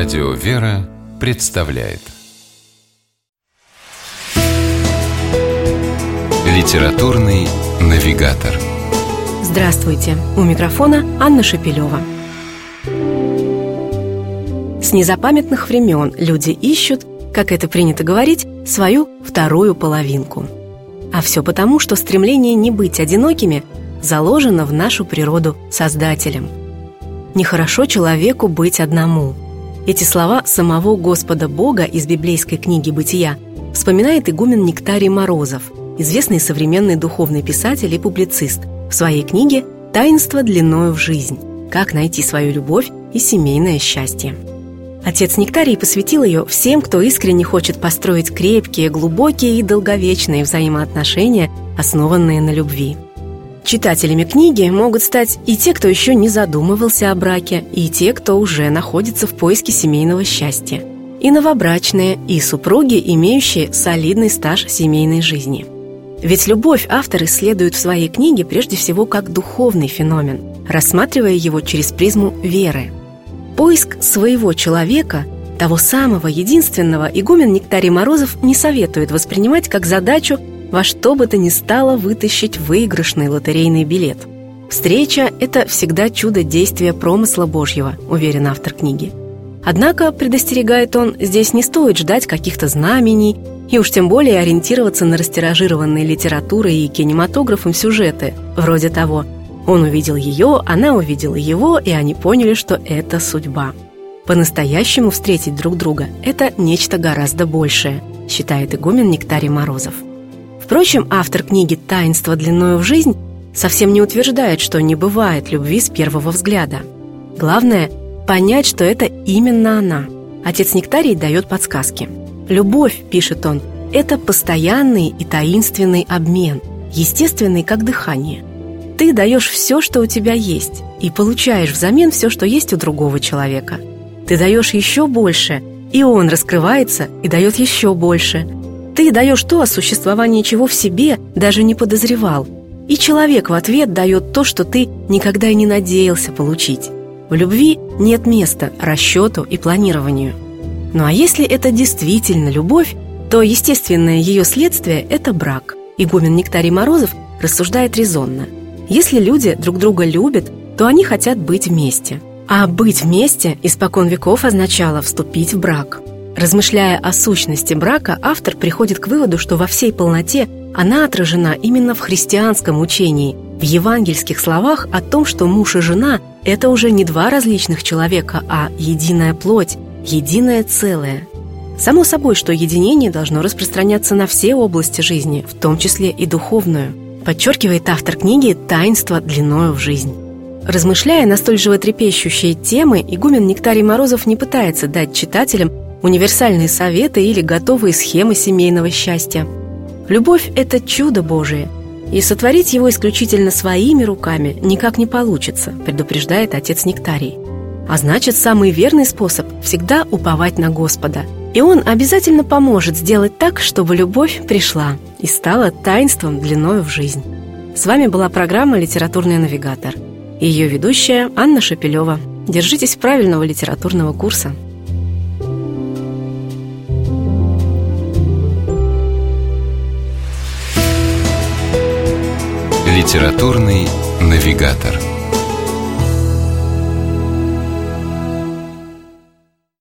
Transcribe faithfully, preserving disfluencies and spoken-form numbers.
Радио «Вера» представляет Литературный навигатор. Здравствуйте! У микрофона Анна Шапилева. С незапамятных времен люди ищут, как это принято говорить, свою вторую половинку. А все потому, что стремление не быть одинокими заложено в нашу природу Создателем. Нехорошо человеку быть одному. Эти слова самого Господа Бога из библейской книги «Бытия» вспоминает игумен Нектарий Морозов, известный современный духовный писатель и публицист, в своей книге «Таинство длиною в жизнь. Как найти свою любовь и семейное счастье». Отец Нектарий посвятил ее всем, кто искренне хочет построить крепкие, глубокие и долговечные взаимоотношения, основанные на любви. Читателями книги могут стать и те, кто еще не задумывался о браке, и те, кто уже находится в поиске семейного счастья, и новобрачные, и супруги, имеющие солидный стаж семейной жизни. Ведь любовь автор исследует в своей книге прежде всего как духовный феномен, рассматривая его через призму веры. Поиск своего человека, того самого единственного, игумен Нектарий Морозов не советует воспринимать как задачу во что бы то ни стало вытащить выигрышный лотерейный билет. Встреча – это всегда чудо действия промысла Божьего, уверен автор книги. Однако, предостерегает он, здесь не стоит ждать каких-то знамений и уж тем более ориентироваться на растиражированные литературой и кинематографом сюжеты, вроде того: он увидел ее, она увидела его, и они поняли, что это судьба. По-настоящему встретить друг друга – это нечто гораздо большее, считает игумен Нектарий Морозов. Впрочем, автор книги «Таинство длиною в жизнь» совсем не утверждает, что не бывает любви с первого взгляда. Главное – понять, что это именно она. Отец Нектарий дает подсказки. «Любовь, — пишет он, — это постоянный и таинственный обмен, естественный, как дыхание. Ты даешь все, что у тебя есть, и получаешь взамен все, что есть у другого человека. Ты даешь еще больше, и он раскрывается и дает еще больше. Ты даешь то, о существовании чего в себе даже не подозревал, и человек в ответ дает то, что ты никогда и не надеялся получить. В любви нет места расчету и планированию. Ну а если это действительно любовь, то естественное ее следствие – это брак». Игумен Нектарий Морозов рассуждает резонно. Если люди друг друга любят, то они хотят быть вместе. А быть вместе испокон веков означало вступить в брак. Размышляя о сущности брака, автор приходит к выводу, что во всей полноте она отражена именно в христианском учении, в евангельских словах о том, что муж и жена – это уже не два различных человека, а единая плоть, единое целое. Само собой, что единение должно распространяться на все области жизни, в том числе и духовную, подчеркивает автор книги «Таинство длиною в жизнь». Размышляя на столь животрепещущие темы, игумен Нектарий Морозов не пытается дать читателям универсальные советы или готовые схемы семейного счастья. Любовь – это чудо Божие, и сотворить его исключительно своими руками никак не получится, предупреждает отец Нектарий. А значит, самый верный способ – всегда уповать на Господа. И Он обязательно поможет сделать так, чтобы любовь пришла и стала таинством длиною в жизнь. С вами была программа «Литературный навигатор». Ее ведущая Анна Шапилева. Держитесь правильного литературного курса. Литературный навигатор.